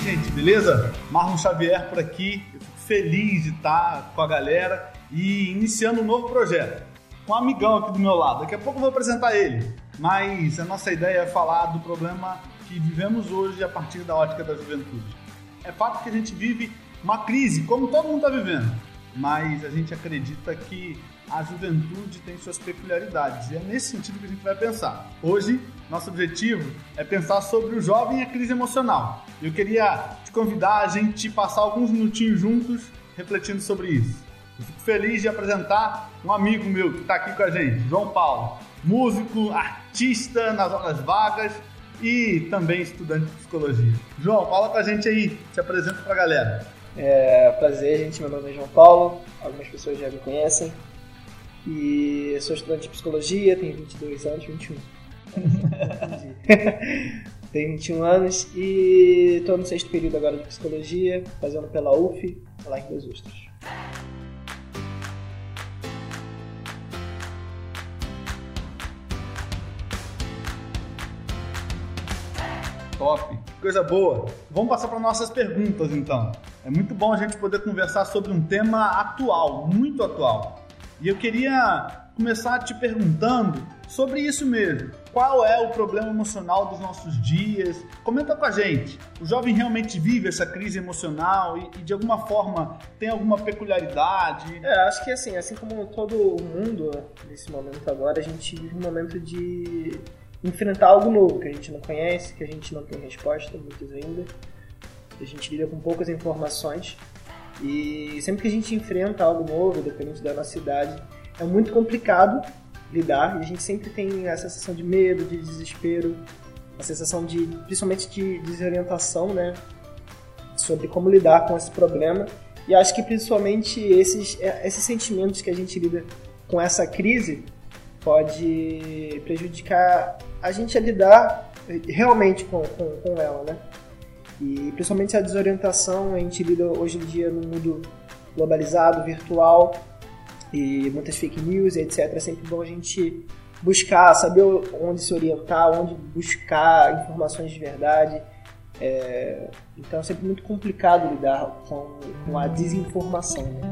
gente, beleza? Marlon Xavier por aqui, eu fico feliz de estar com a galera e iniciando um novo projeto, com um amigão aqui do meu lado. Daqui a pouco eu vou apresentar ele, mas a nossa ideia é falar do problema que vivemos hoje a partir da ótica da juventude. É fato que a gente vive uma crise, como todo mundo está vivendo, mas a gente acredita que a juventude tem suas peculiaridades e é nesse sentido que a gente vai pensar. Hoje, nosso objetivo é pensar sobre o jovem e a crise emocional. Eu queria te convidar a gente passar alguns minutinhos juntos refletindo sobre isso. Eu fico feliz de apresentar um amigo meu que está aqui com a gente, João Paulo, músico, artista nas horas vagas e também estudante de psicologia. João, fala com a gente aí, se apresenta pra galera. Prazer, gente, meu nome é João Paulo, algumas pessoas já me conhecem. E sou estudante de psicologia, tenho 22 anos, 21. Tenho 21 anos e estou no 6º período agora de psicologia, fazendo pela UF, lá em Dois Ostros. Top, coisa boa. Vamos passar para nossas perguntas então. É muito bom a gente poder conversar sobre um tema atual, muito atual. E eu queria começar te perguntando sobre isso mesmo. Qual é o problema emocional dos nossos dias? Comenta com a gente. O jovem realmente vive essa crise emocional e de alguma forma tem alguma peculiaridade? Acho que assim como todo o mundo, nesse momento agora, a gente vive um momento de enfrentar algo novo que a gente não conhece, que a gente não tem resposta, muitas ainda. A gente lida com poucas informações. E sempre que a gente enfrenta algo novo, dependente da nossa idade, é muito complicado lidar. E a gente sempre tem a sensação de medo, de desespero, a sensação principalmente de desorientação, né? Sobre como lidar com esse problema. E acho que principalmente esses sentimentos que a gente lida com essa crise pode prejudicar a gente a lidar realmente com ela, né? E principalmente a desorientação, a gente lida hoje em dia num mundo globalizado, virtual, e muitas fake news, etc. É sempre bom a gente buscar, saber onde se orientar, onde buscar informações de verdade. Então é sempre muito complicado lidar com a desinformação, né?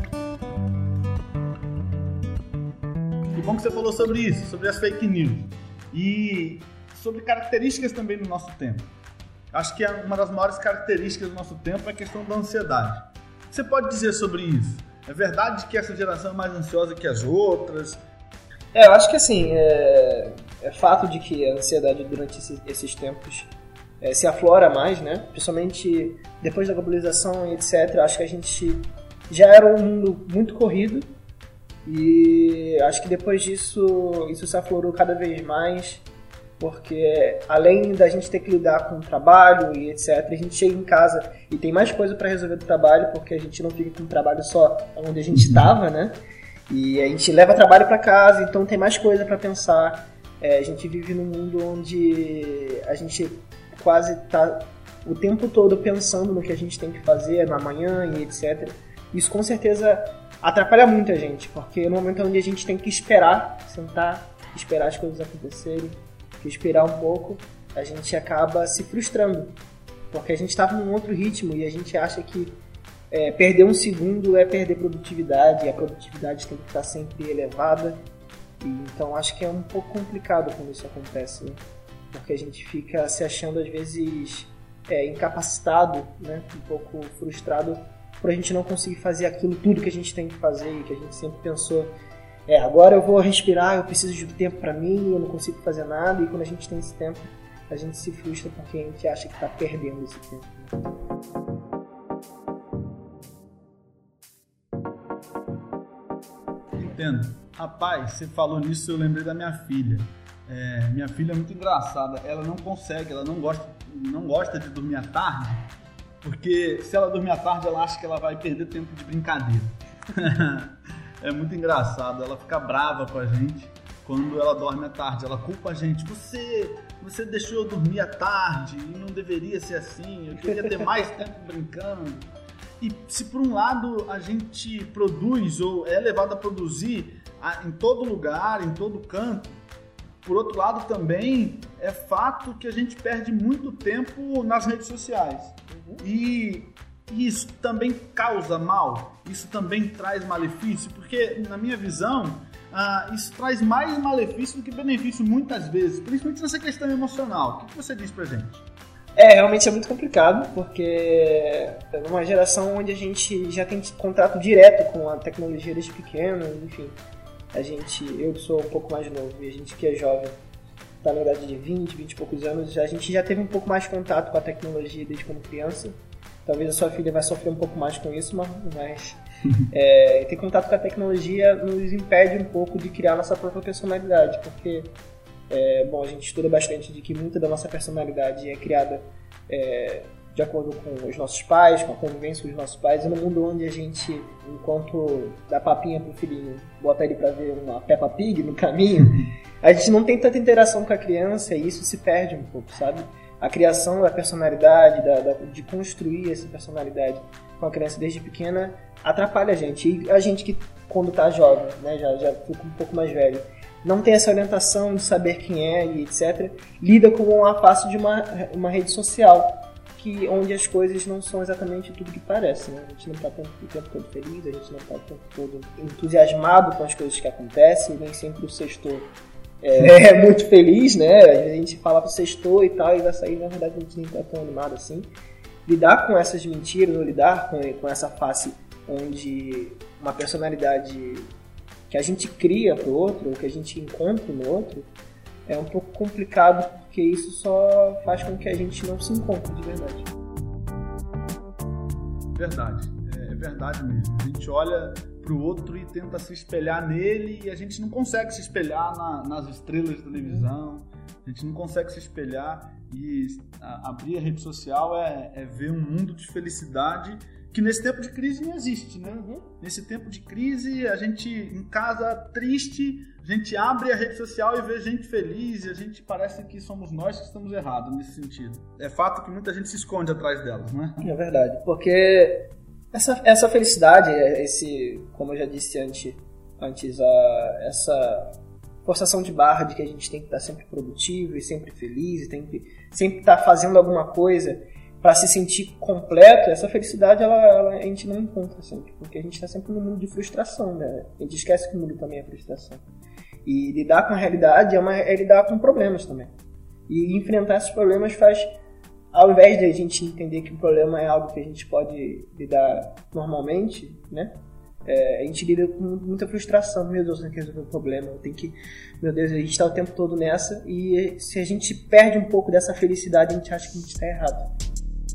Que bom que você falou sobre isso, sobre as fake news e sobre características também do nosso tempo. Acho que uma das maiores características do nosso tempo é a questão da ansiedade. O que você pode dizer sobre isso? É verdade que essa geração é mais ansiosa que as outras? Eu acho que assim, é fato de que a ansiedade durante esses tempos se aflora mais, né? Principalmente depois da globalização e etc. Acho que a gente já era um mundo muito corrido e acho que depois disso isso se aflorou cada vez mais. Porque além da gente ter que lidar com o trabalho e etc, a gente chega em casa e tem mais coisa para resolver do trabalho, porque a gente não fica com o trabalho só onde a gente estava, né? E a gente leva trabalho para casa, então tem mais coisa para pensar. A gente vive num mundo onde a gente quase está o tempo todo pensando no que a gente tem que fazer na manhã e etc. Isso com certeza atrapalha muito a gente, porque no momento onde a gente tem que esperar, sentar, esperar as coisas acontecerem, que esperar um pouco, a gente acaba se frustrando, porque a gente estava num outro ritmo e a gente acha que perder um segundo é perder produtividade, e a produtividade tem que estar sempre elevada, e então acho que é um pouco complicado quando isso acontece, né? Porque a gente fica se achando às vezes incapacitado, né? Um pouco frustrado por a gente não conseguir fazer aquilo tudo que a gente tem que fazer e que a gente sempre pensou. Agora eu vou respirar, eu preciso de tempo pra mim, eu não consigo fazer nada, e quando a gente tem esse tempo, a gente se frustra porque a gente acha que tá perdendo esse tempo. Entendo. Rapaz, você falou nisso, eu lembrei da minha filha. Minha filha é muito engraçada, ela não consegue, ela não gosta de dormir à tarde, porque se ela dormir à tarde, ela acha que ela vai perder tempo de brincadeira. É muito engraçado, ela fica brava com a gente quando ela dorme à tarde. Ela culpa a gente. Você deixou eu dormir à tarde e não deveria ser assim. Eu queria ter mais tempo brincando. E se por um lado a gente produz ou é levado a produzir em todo lugar, em todo canto, por outro lado também é fato que a gente perde muito tempo nas redes sociais. E isso também causa mal, isso também traz malefício, porque, na minha visão, isso traz mais malefício do que benefício muitas vezes, principalmente nessa questão emocional. O que você diz pra gente? Realmente é muito complicado, porque é uma geração onde a gente já tem contato direto com a tecnologia desde pequeno, enfim. Eu sou um pouco mais novo e a gente que é jovem, tá na idade de 20 e poucos anos, a gente já teve um pouco mais contato com a tecnologia desde quando criança. Talvez a sua filha vai sofrer um pouco mais com isso, mas ter contato com a tecnologia nos impede um pouco de criar nossa própria personalidade, porque a gente estuda bastante de que muita da nossa personalidade é criada de acordo com os nossos pais, com a convivência com os nossos pais, e no mundo onde a gente, enquanto dá papinha pro filhinho, bota ele pra ver uma Peppa Pig no caminho, a gente não tem tanta interação com a criança e isso se perde um pouco, sabe? A criação da personalidade, de construir essa personalidade com a criança desde pequena atrapalha a gente. E a gente que, quando tá jovem, né, já fica um pouco mais velho, não tem essa orientação de saber quem é e etc., lida com a face de uma rede social, onde as coisas não são exatamente tudo que parece, né? A gente não está o tempo todo feliz, a gente não está o tempo todo entusiasmado com as coisas que acontecem, nem sempre o sextou é muito feliz, né? A gente fala pro sextou e tal, e vai sair, na verdade, a gente nem está tão animado assim. Lidar com essas mentiras, ou lidar com essa face onde uma personalidade que a gente cria pro outro, ou que a gente encontra no outro, é um pouco complicado, porque isso só faz com que a gente não se encontre de verdade. Verdade, é verdade mesmo. A gente olha pro outro e tenta se espelhar nele e a gente não consegue se espelhar nas estrelas de televisão, a gente não consegue se espelhar e abrir a rede social é ver um mundo de felicidade que nesse tempo de crise não existe, né? Nesse tempo de crise, a gente em casa triste, a gente abre a rede social e vê gente feliz e a gente parece que somos nós que estamos errados nesse sentido. É fato que muita gente se esconde atrás delas, né? É verdade, porque essa felicidade, como eu já disse antes, essa forçação de barra de que a gente tem que estar sempre produtivo e sempre feliz e tem que sempre estar fazendo alguma coisa para se sentir completo, essa felicidade a gente não encontra sempre, porque a gente está sempre num mundo de frustração, né? A gente esquece que o mundo também é frustração. E lidar com a realidade é lidar com problemas também. E enfrentar esses problemas faz, ao invés de a gente entender que o problema é algo que a gente pode lidar normalmente, né? A gente lida com muita frustração. Meu Deus, eu tenho que resolver o problema. Meu Deus, a gente está o tempo todo nessa. E se a gente perde um pouco dessa felicidade, a gente acha que a gente está errado.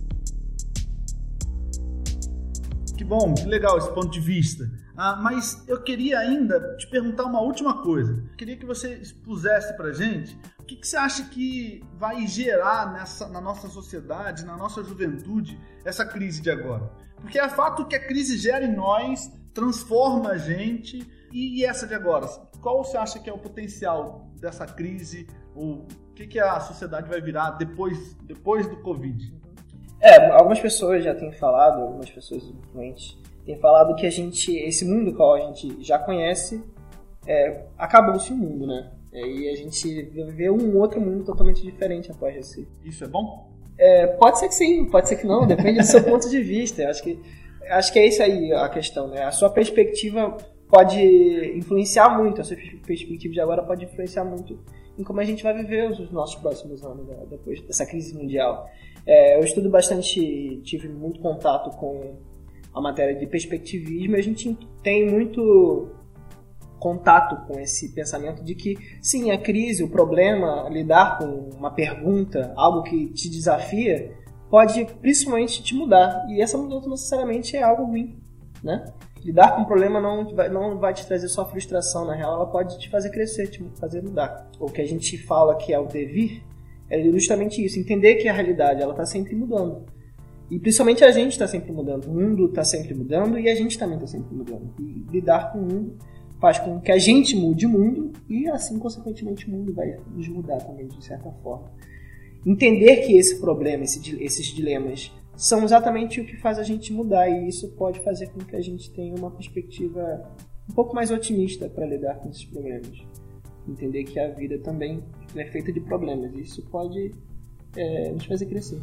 Que bom, que legal esse ponto de vista. Mas eu queria ainda te perguntar uma última coisa. Eu queria que você expusesse pra gente o que você acha que vai gerar na nossa sociedade, na nossa juventude, essa crise de agora. Porque é fato que a crise gera em nós, transforma a gente. E essa de agora? Qual você acha que é o potencial dessa crise? Ou o que a sociedade vai virar depois do Covid? Algumas pessoas já têm falado, algumas pessoas influentes têm falado que esse mundo que a gente já conhece, acabou-se o mundo, né? E a gente vê um outro mundo totalmente diferente após esse. Isso é bom? Pode ser que sim, pode ser que não, depende do seu ponto de vista. Eu acho que é isso aí a questão, né? A sua perspectiva pode influenciar muito, a sua perspectiva de agora pode influenciar muito em como a gente vai viver os nossos próximos anos, né? Depois dessa crise mundial. Eu estudo bastante, tive muito contato com a matéria de perspectivismo e a gente tem muito contato com esse pensamento de que, sim, a crise, o problema, lidar com uma pergunta, algo que te desafia, pode principalmente te mudar. E essa mudança necessariamente é algo ruim, né? Lidar com um problema não vai te trazer só frustração, na real, ela pode te fazer crescer, te fazer mudar. O que a gente fala que é o devir, é justamente isso, entender que a realidade ela está sempre mudando. E principalmente a gente está sempre mudando, o mundo está sempre mudando e a gente também está sempre mudando. E lidar com o mundo faz com que a gente mude o mundo e assim, consequentemente, o mundo vai nos mudar também, de certa forma. Entender que esse problema, esses dilemas, são exatamente o que faz a gente mudar e isso pode fazer com que a gente tenha uma perspectiva um pouco mais otimista para lidar com esses problemas. Entender que a vida também é feita de problemas. E isso pode nos fazer crescer.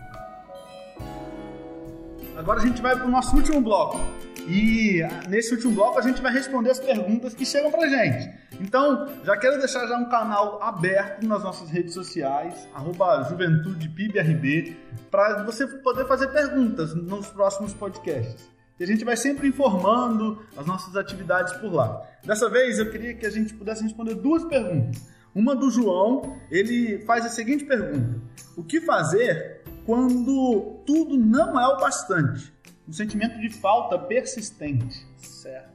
Agora a gente vai para o nosso último bloco. E nesse último bloco a gente vai responder as perguntas que chegam pra gente. Então, já quero deixar já um canal aberto nas nossas redes sociais, @JuventudePibRB, para você poder fazer perguntas nos próximos podcasts. E a gente vai sempre informando as nossas atividades por lá. Dessa vez eu queria que a gente pudesse responder 2 perguntas. Uma do João, ele faz a seguinte pergunta: o que fazer quando tudo não é o bastante? Um sentimento de falta persistente. Certo.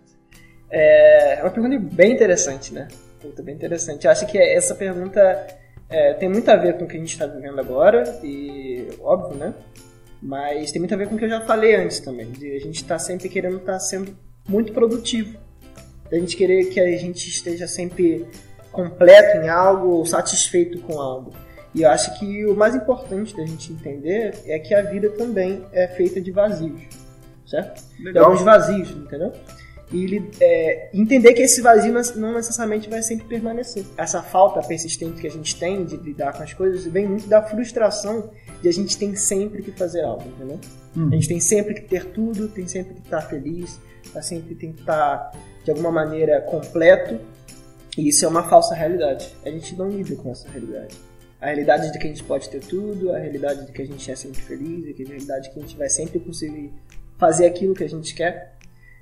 É uma pergunta bem interessante, né? Bem interessante. Eu acho que essa pergunta tem muito a ver com o que a gente está vivendo agora, e óbvio, né? Mas tem muito a ver com o que eu já falei antes também, de a gente estar sempre querendo estar sendo muito produtivo. A gente querer que a gente esteja sempre completo em algo, satisfeito com algo. E eu acho que o mais importante da gente entender é que a vida também é feita de vazios, certo? De alguns vazios, entendeu? E entender que esse vazio não necessariamente vai sempre permanecer. Essa falta persistente que a gente tem de lidar com as coisas vem muito da frustração de a gente tem sempre que fazer algo, entendeu? A gente tem sempre que ter tudo, tem sempre que estar feliz, sempre tem que estar, de alguma maneira, completo. E isso é uma falsa realidade. A gente não lida com essa realidade. A realidade de que a gente pode ter tudo, a realidade de que a gente é sempre feliz, a realidade de que a gente vai sempre conseguir fazer aquilo que a gente quer.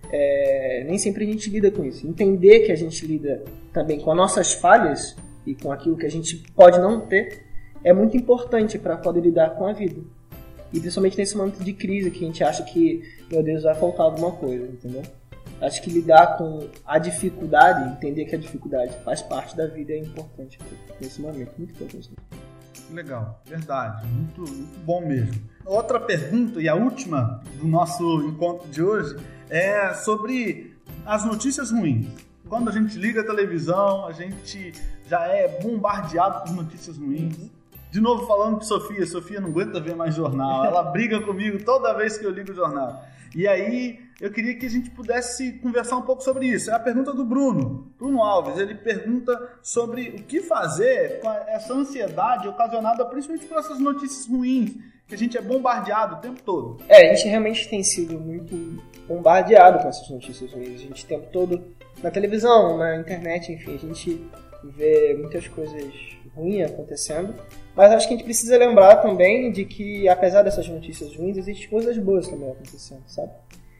Nem sempre a gente lida com isso. Entender que a gente lida também com as nossas falhas e com aquilo que a gente pode não ter é muito importante para poder lidar com a vida. E principalmente nesse momento de crise que a gente acha que, meu Deus, vai faltar alguma coisa, entendeu? Acho que lidar com a dificuldade, entender que a dificuldade faz parte da vida é importante nesse momento, muito importante. Legal, verdade, muito, muito bom mesmo. Outra pergunta, e a última do nosso encontro de hoje, é sobre as notícias ruins. Quando a gente liga a televisão, a gente já é bombardeado por notícias ruins. De novo falando de Sofia não aguenta ver mais jornal, ela briga comigo toda vez que eu ligo o jornal. E aí eu queria que a gente pudesse conversar um pouco sobre isso. É a pergunta do Bruno Alves. Ele pergunta sobre o que fazer com essa ansiedade ocasionada principalmente por essas notícias ruins, que a gente é bombardeado o tempo todo. A gente realmente tem sido muito bombardeado com essas notícias ruins. A gente o tempo todo, na televisão, na internet, enfim, a gente vê muitas coisas ruins acontecendo. Mas acho que a gente precisa lembrar também de que, apesar dessas notícias ruins, existem coisas boas também acontecendo, sabe?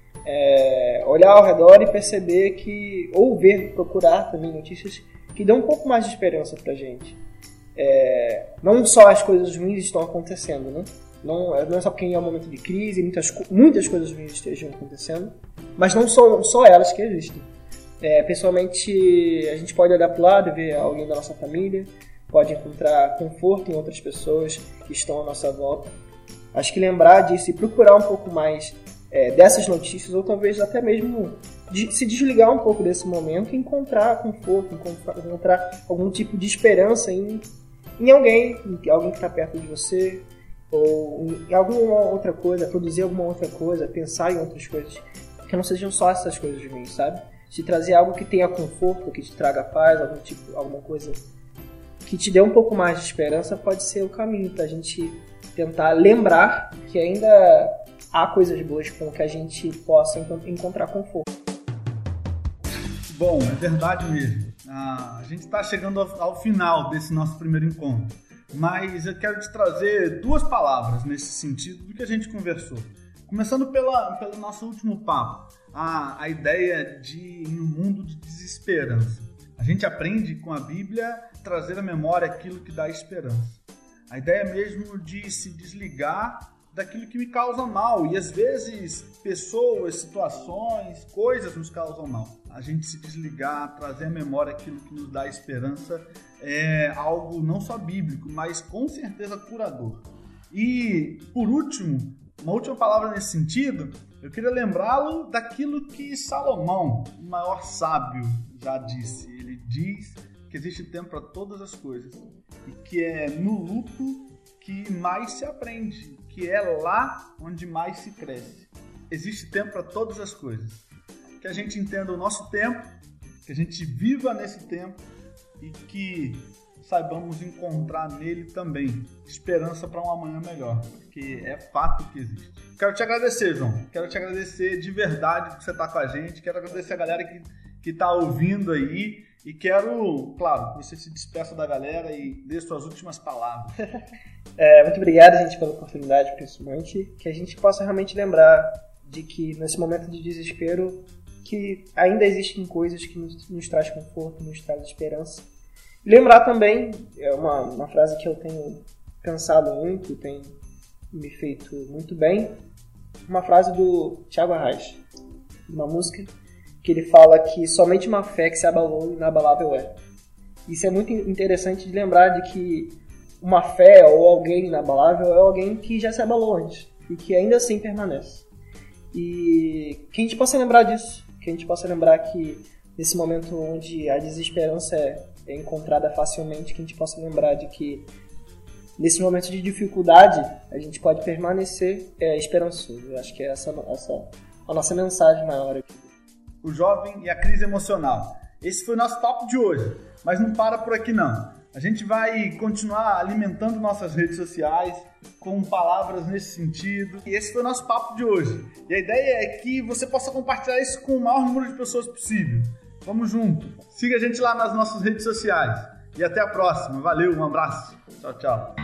Olhar ao redor e perceber que, ou ver, procurar também notícias que dão um pouco mais de esperança pra gente. Não só as coisas ruins estão acontecendo, né? Não é só porque é um momento de crise, muitas coisas ruins estejam acontecendo, mas não são só elas que existem. Pessoalmente, a gente pode olhar pro lado e ver alguém da nossa família, pode encontrar conforto em outras pessoas que estão à nossa volta. Acho que lembrar disso e procurar um pouco mais dessas notícias, ou talvez até mesmo se desligar um pouco desse momento e encontrar conforto, encontrar algum tipo de esperança em alguém que está perto de você, ou em alguma outra coisa, produzir alguma outra coisa, pensar em outras coisas, que não sejam só essas coisas ruins, sabe? Te trazer algo que tenha conforto, que te traga paz, alguma coisa que te dê um pouco mais de esperança, pode ser o caminho para a gente tentar lembrar que ainda há coisas boas com que a gente possa encontrar conforto. Bom, é verdade mesmo. A gente está chegando ao final desse nosso primeiro encontro, mas eu quero te trazer 2 palavras nesse sentido do que a gente conversou. Começando pelo nosso último papo, a ideia de um mundo de desesperança. A gente aprende com a Bíblia a trazer à memória aquilo que dá esperança. A ideia mesmo de se desligar daquilo que me causa mal. E às vezes pessoas, situações, coisas nos causam mal. A gente se desligar, trazer à memória aquilo que nos dá esperança é algo não só bíblico, mas com certeza curador. E por último, uma última palavra nesse sentido, eu queria lembrá-lo daquilo que Salomão, o maior sábio, já disse. Ele diz que existe tempo para todas as coisas e que é no luto que mais se aprende, que é lá onde mais se cresce. Existe tempo para todas as coisas. Que a gente entenda o nosso tempo, que a gente viva nesse tempo e que saibamos encontrar nele também esperança para um amanhã melhor, porque é fato que existe. Quero te agradecer, João. Quero te agradecer de verdade por você estar com a gente. Quero agradecer a galera que está ouvindo aí. E quero, claro, que você se despeça da galera e dê suas últimas palavras. Muito obrigado, gente, pela oportunidade, principalmente. Que a gente possa realmente lembrar de que, nesse momento de desespero, que ainda existem coisas que nos traz conforto, nos traz esperança. Lembrar também, é uma frase que eu tenho pensado muito, tem me feito muito bem, uma frase do Thiago Arraes, uma música que ele fala que somente uma fé que se abalou inabalável é. Isso é muito interessante de lembrar de que uma fé ou alguém inabalável é alguém que já se abalou antes e que ainda assim permanece. E que a gente possa lembrar disso, que a gente possa lembrar que nesse momento onde a desesperança é encontrada facilmente, que a gente possa lembrar de que nesse momento de dificuldade a gente pode permanecer esperançoso. Eu acho que é essa a nossa mensagem maior aqui. O jovem e a crise emocional. Esse foi o nosso papo de hoje, mas não para por aqui não. A gente vai continuar alimentando nossas redes sociais com palavras nesse sentido. E esse foi o nosso papo de hoje. E a ideia é que você possa compartilhar isso com o maior número de pessoas possível. Vamos junto. Siga a gente lá nas nossas redes sociais. E até a próxima. Valeu, um abraço. Tchau, tchau.